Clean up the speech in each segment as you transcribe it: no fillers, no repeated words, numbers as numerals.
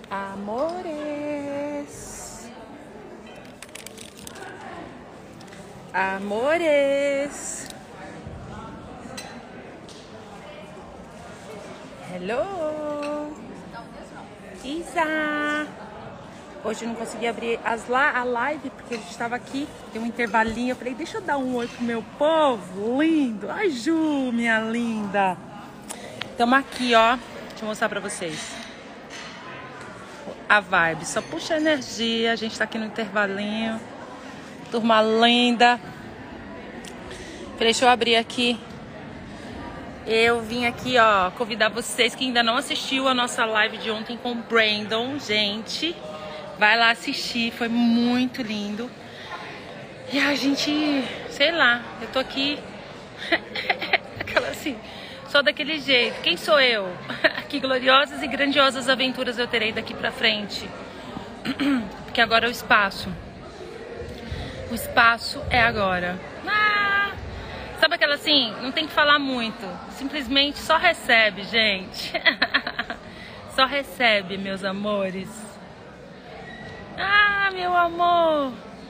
Amores. Amores. Hello. Isa. Hoje eu não consegui abrir a live porque a gente estava aqui, tem um intervalinho. Eu falei, deixa eu dar um oi pro meu povo lindo. Ai, Ju, minha linda. Estamos aqui, ó. Deixa eu mostrar pra vocês. A vibe só puxa energia. A gente tá aqui no intervalinho. Turma linda. Deixa eu abrir aqui. Eu vim aqui, ó, convidar vocês que ainda não assistiu a nossa live de ontem com o Brandon. Gente, vai lá assistir. Foi muito lindo. E a gente, sei lá, eu tô aqui. Aquela assim, só daquele jeito. Quem sou eu? Que gloriosas e grandiosas aventuras eu terei daqui pra frente. Porque agora é o espaço. O espaço é agora. Sabe aquela assim, não tem que falar muito. Simplesmente só recebe, gente. Só recebe, meus amores. Ah, meu amor.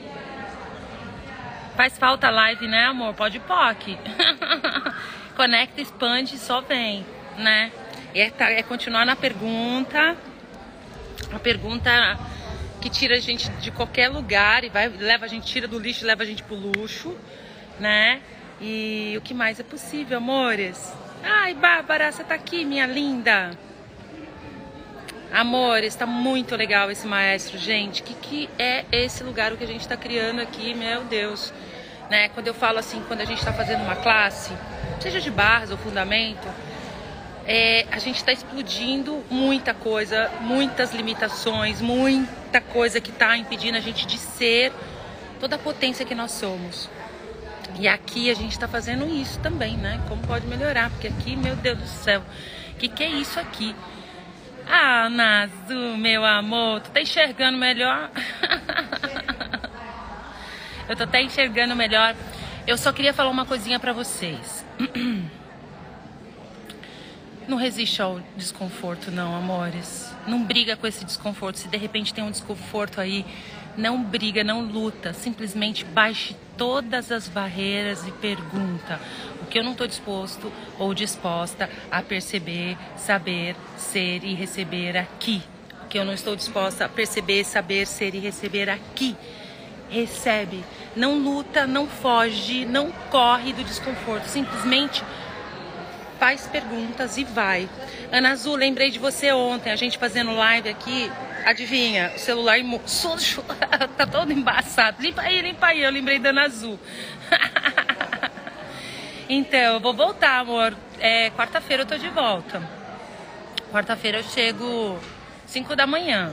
Faz falta a live, né, amor? Pode POC. Conecta, expande, só vem, né? É continuar na pergunta. A pergunta que tira a gente de qualquer lugar e leva a gente, tira do lixo e leva a gente pro luxo, né? E o que mais é possível, amores? Ai, Bárbara, você tá aqui, minha linda. Amores, tá muito legal esse maestro, gente. O que é esse lugar, o que a gente tá criando aqui, meu Deus, né? Quando eu falo assim, quando a gente tá fazendo uma classe, seja de barras ou fundamento, a gente tá explodindo muita coisa, muitas limitações, muita coisa que tá impedindo a gente de ser toda a potência que nós somos. E aqui a gente tá fazendo isso também, né? Como pode melhorar? Porque aqui, meu Deus do céu, o que é isso aqui? Ah, Nazu, meu amor, tu tá enxergando melhor? Eu tô até enxergando melhor. Eu só queria falar uma coisinha pra vocês. Não resiste ao desconforto, não, amores. Não briga com esse desconforto. Se de repente tem um desconforto aí, não briga, não luta. Simplesmente baixe todas as barreiras e pergunta o que eu não estou disposto ou disposta a perceber, saber, ser e receber aqui. O que eu não estou disposta a perceber, saber, ser e receber aqui. Recebe. Não luta, não foge, não corre do desconforto. Simplesmente faz perguntas e vai. Ana Azul, lembrei de você ontem, a gente fazendo live aqui. Adivinha, o celular sujo, tá todo embaçado. Limpa aí, eu lembrei da Ana Azul. Então, eu vou voltar, amor. Quarta-feira eu tô de volta. Quarta-feira eu chego 5 da manhã.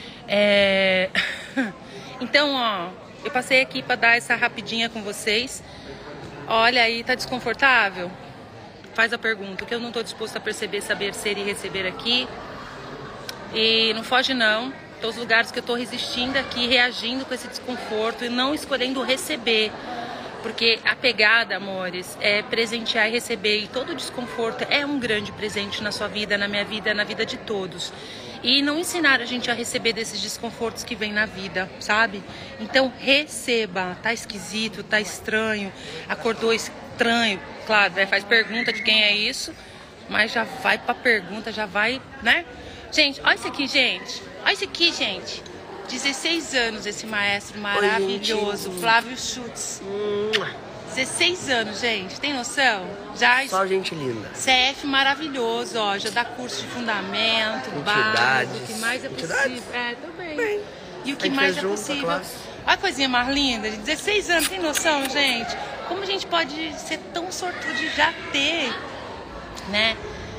Então, ó, eu passei aqui pra dar essa rapidinha com vocês. Olha aí, tá desconfortável? Faz a pergunta, o que eu não tô disposto a perceber, saber, ser e receber aqui. E não foge não, todos os lugares que eu tô resistindo aqui, reagindo com esse desconforto e não escolhendo receber. Porque a pegada, amores, é presentear e receber. E todo desconforto é um grande presente na sua vida, na minha vida, na vida de todos. E não ensinar a gente a receber desses desconfortos que vem na vida, sabe? Então receba, tá esquisito, tá estranho, acordou estranho. Claro, faz pergunta de quem é isso, mas já vai pra pergunta, já vai, né? Gente, olha isso aqui, gente. Olha isso aqui, gente. 16 anos esse maestro maravilhoso, Oi, Flávio Schutz. 16 anos, gente. Tem noção? Já só gente linda. CF maravilhoso, ó. Já dá curso de fundamento, básico, o que mais é possível. Também. Bem, E o que mais é possível. Olha a coisinha mais linda. De 16 anos, tem noção, gente? Como a gente pode ser tão sortudo de já ter, né?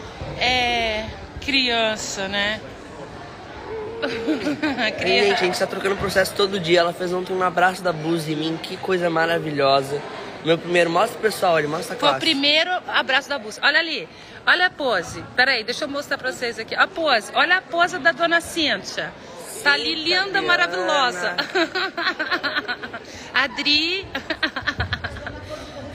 Criança, né? Gente, a gente tá trocando processo todo dia. Ela fez ontem um abraço da Buzz em mim. Que coisa maravilhosa. Meu primeiro, mostra pro pessoal, olha, mostra a classe. Foi o primeiro abraço da Buzz. Olha ali, olha a pose. Peraí, deixa eu mostrar pra vocês aqui. A pose, olha a pose da dona Cíntia. Tá ali linda, maravilhosa. Adri.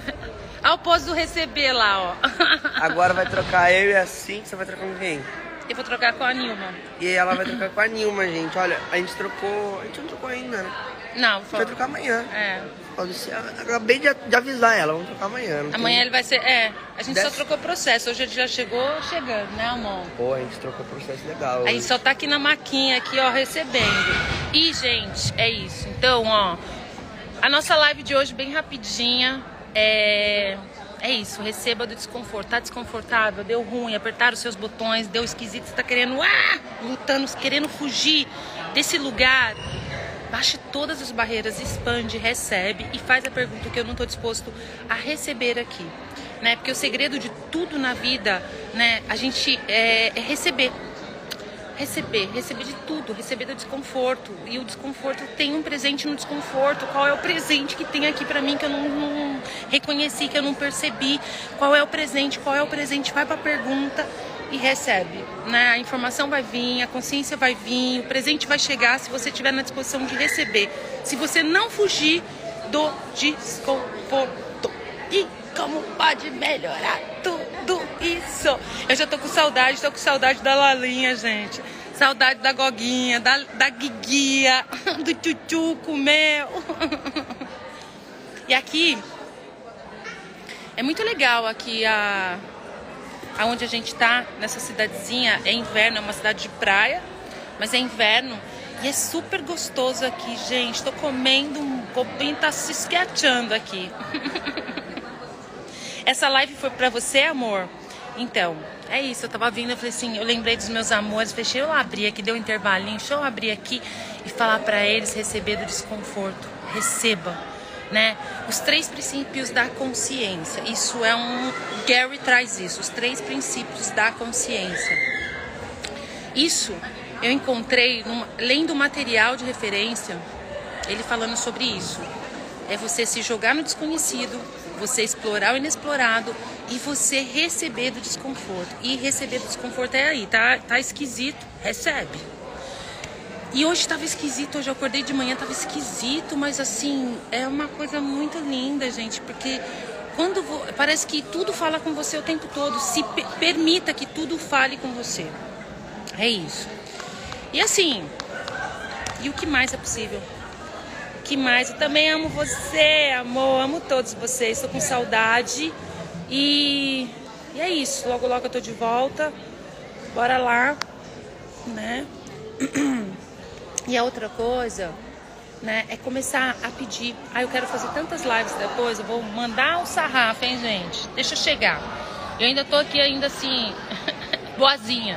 Olha o pose do receber lá, ó. Agora vai trocar eu e assim, você vai trocar com quem? e vou trocar com a Nilma. E ela vai trocar com a Nilma, gente. Olha, a gente não trocou ainda, né? Não, A gente vai trocar amanhã. É. Acabei de avisar ela, vamos trocar amanhã. Amanhã ele vai ser... a gente só trocou o processo. Hoje ele já chegou chegando, né, amor? Pô, a gente trocou o processo legal. A gente só tá aqui na maquinha, aqui, ó, recebendo. E, gente, é isso. Então, ó, a nossa live de hoje, bem rapidinha, é isso, receba do desconforto. Tá desconfortável, deu ruim, apertaram os seus botões, deu esquisito, você tá querendo, lutando, querendo fugir desse lugar. Baixe todas as barreiras, expande, recebe e faz a pergunta que eu não tô disposto a receber aqui, né? Porque o segredo de tudo na vida, né, a gente é receber. Receber de tudo, receber do desconforto. E o desconforto tem um presente no desconforto. Qual é o presente que tem aqui pra mim que eu não reconheci, que eu não percebi? Qual é o presente? Vai pra pergunta e recebe, né? A informação vai vir, a consciência vai vir, o presente vai chegar se você estiver na disposição de receber. Se você não fugir do desconforto. E como pode melhorar tudo isso? Eu já tô com saudade da Lalinha, gente. Saudade da Goguinha, da Guiguia, do Tchutchuco meu. E aqui é muito legal aqui aonde a gente tá, nessa cidadezinha. É inverno, é uma cidade de praia, mas é inverno e é super gostoso aqui, gente. Tô comendo, um copinho tá se esqueachando aqui. Essa live foi pra você, amor? Então, é isso, eu tava vindo, eu falei assim, eu lembrei dos meus amores, falei, deixa eu abrir aqui, deu um intervalinho, deixa eu abrir aqui e falar pra eles, receber do desconforto, receba, né? Os 3 princípios da consciência, isso é Gary traz isso, os 3 princípios da consciência. Isso eu encontrei, lendo material de referência, ele falando sobre isso. É você se jogar no desconhecido, você explorar o inexplorado e você receber do desconforto. E receber do desconforto é aí, tá esquisito, recebe. E hoje tava esquisito, hoje eu acordei de manhã, tava esquisito, mas assim, é uma coisa muito linda, gente, porque parece que tudo fala com você o tempo todo, se permita que tudo fale com você. É isso. E assim, e o que mais é possível? Que mais? Eu também amo você, amor, amo todos vocês, estou com saudade e é isso, logo logo eu tô de volta, bora lá, né? E a outra coisa, né, é começar a pedir. Eu quero fazer tantas lives depois, eu vou mandar o sarrafo, hein, gente? Deixa eu chegar, eu ainda tô aqui ainda assim, boazinha.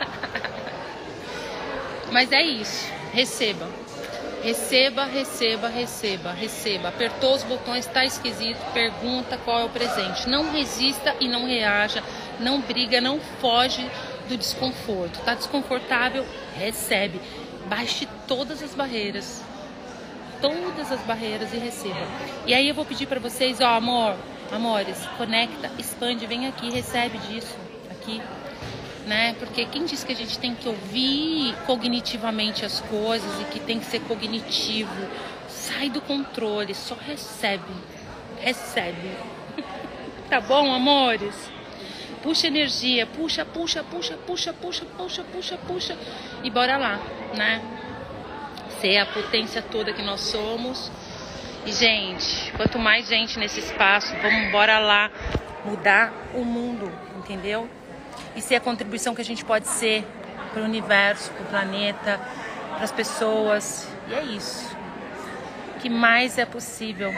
Mas é isso, receba. Receba. Apertou os botões, tá esquisito, pergunta qual é o presente. Não resista e não reaja, não briga, não foge do desconforto. Tá desconfortável? Recebe. Baixe todas as barreiras e receba. E aí eu vou pedir pra vocês, ó, amores, conecta, expande, vem aqui, recebe disso, aqui. Né? Porque quem diz que a gente tem que ouvir cognitivamente as coisas e que tem que ser cognitivo, sai do controle, só recebe. Tá bom, amores? Puxa energia, puxa e bora lá, né? Ser a potência toda que nós somos. E gente, quanto mais gente nesse espaço, bora lá mudar o mundo, entendeu? E ser a contribuição que a gente pode ser para o universo, para o planeta, para as pessoas. E é isso. O que mais é possível?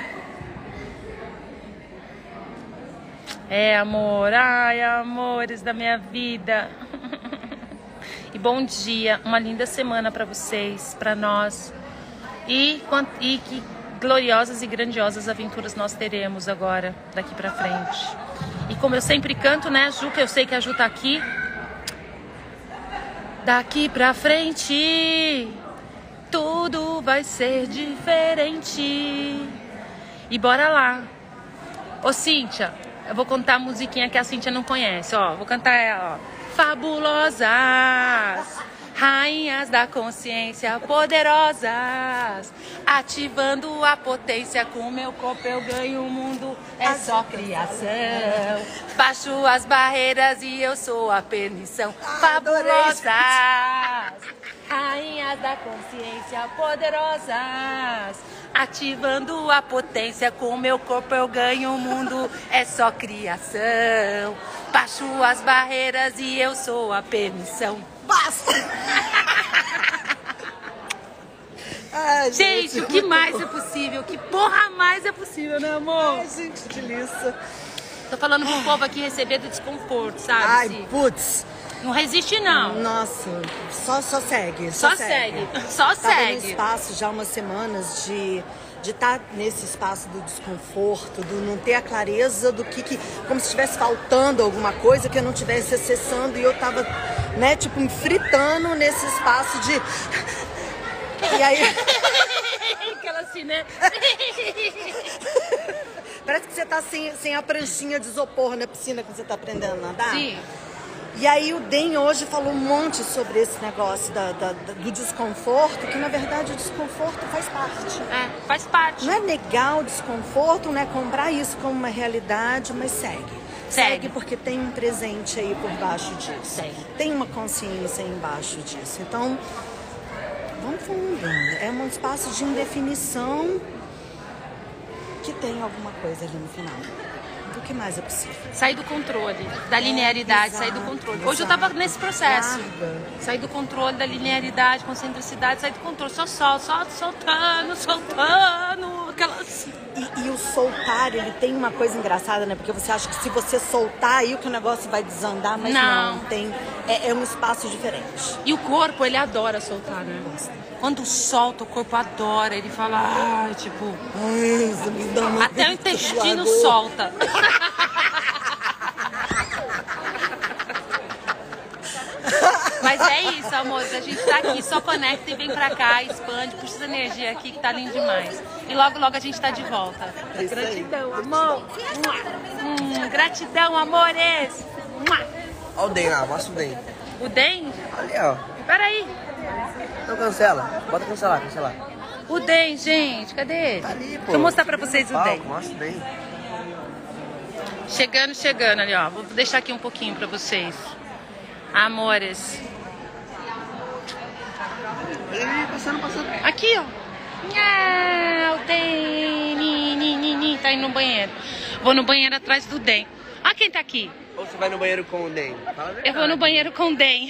Amor. Ai, amores da minha vida. E bom dia. Uma linda semana para vocês, para nós. E que gloriosas e grandiosas aventuras nós teremos agora, daqui para frente. E como eu sempre canto, né, Ju, que eu sei que a Ju tá aqui. Daqui pra frente, tudo vai ser diferente. E bora lá. Ô, Cíntia, eu vou contar a musiquinha que a Cíntia não conhece, ó. Vou cantar ela, ó. Fabulosas, Rainhas da consciência poderosas, ativando a potência. Com meu corpo eu ganho o mundo, é só criação. Baixo as barreiras e eu sou a permissão. Fabulosas, rainhas da consciência poderosas, ativando a potência. Com meu corpo eu ganho o mundo, é só criação. Baixo as barreiras e eu sou a permissão. Basta! Ai, gente, o que mais é possível? Que porra mais é possível, né, amor? Ai, gente, que delícia. Tô falando pro povo aqui receber do desconforto, sabe? Ai, putz. Não resiste, não. Nossa, só segue. Só segue. Só Tava segue. no espaço já umas semanas de estar nesse espaço do desconforto, do não ter a clareza do que como se estivesse faltando alguma coisa que eu não estivesse acessando, e eu tava, né, tipo, me fritando nesse espaço de... E aí... Aquela assim, né? Parece que você tá sem a pranchinha de isopor na piscina quando você tá aprendendo a nadar. Sim. E aí o Den hoje falou um monte sobre esse negócio do desconforto, que na verdade o desconforto faz parte. É, faz parte. Não é negar o desconforto, não é comprar isso como uma realidade, mas segue. Segue porque tem um presente aí por baixo disso. Segue. Tem uma consciência aí embaixo disso. Então, vamos fundo. É um espaço de indefinição que tem alguma coisa ali no final. O que mais é possível? Sair do controle, da linearidade, exato, sair do controle. exato. Hoje eu tava nesse processo. Larga. Sair do controle, da linearidade, concentricidade, sair do controle. Só soltando, aquelas... E o soltar, ele tem uma coisa engraçada, né? Porque você acha que se você soltar, aí que o negócio vai desandar, mas não tem. É um espaço diferente. E o corpo, ele adora soltar, né? Quando solta, o corpo adora. Ele fala, ai, tipo... Ai, isso me dá uma até o intestino largou. solta. Mas é isso, amores. A gente tá aqui, só conecta e vem pra cá, expande, puxa essa energia aqui que tá lindo demais. E logo, logo a gente tá de volta. Gratidão, amor. Gratidão, amores. Olha o Den lá, mostra o Den. O Den? Ali, ó. Peraí. Não cancela. Bota cancelar. O Den, gente, cadê ele? Tá ali, pô. Deixa eu mostrar pra vocês o Den. Mostra o Den. Chegando ali, ó. Vou deixar aqui um pouquinho pra vocês. Amores. Passando. Aqui, ó. O Den. Tá indo no banheiro. Vou no banheiro atrás do Den. Olha quem tá aqui. Ou você vai no banheiro com o Den? Fala a verdade. Eu vou no banheiro com o Den.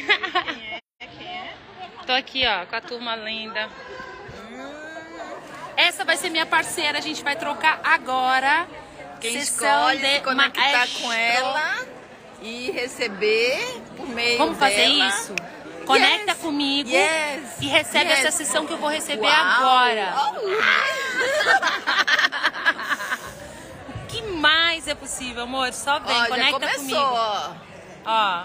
Tô aqui, ó, com a turma linda. Essa vai ser minha parceira. A gente vai trocar agora. Quem Sessão escolhe de se conectar maestro. com ela e receber por meio Vamos fazer dela. isso? Conecta Yes. comigo Yes. e recebe Yes. essa sessão que eu vou receber Uau. agora. Oh, O que mais é possível, amor? Só vem, ó, já conecta começou, comigo. ó. Ó.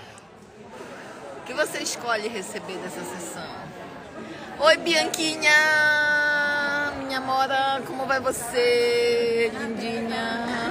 O que você escolhe receber dessa sessão? Oi, Bianquinha! Minha mora, como vai você, lindinha?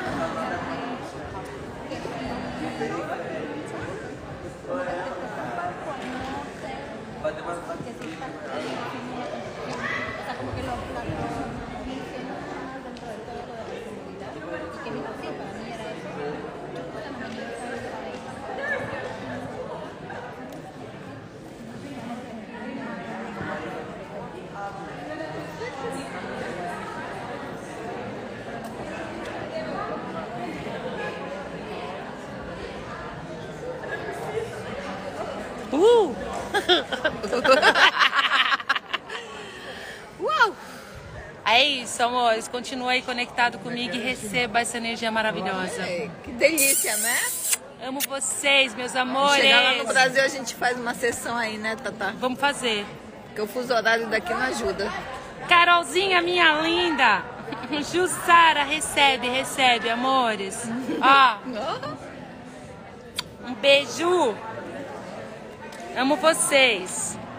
Uau! É isso, amores. Continua aí conectado comigo e receba essa energia maravilhosa. É, que delícia, né? Amo vocês, meus amores. Chegar lá no Brasil, a gente faz uma sessão aí, né, Tatá? Vamos fazer. Porque o fuso horário daqui não ajuda. Carolzinha, minha linda. Jussara, recebe, amores. Ó, um beijo. Amo vocês.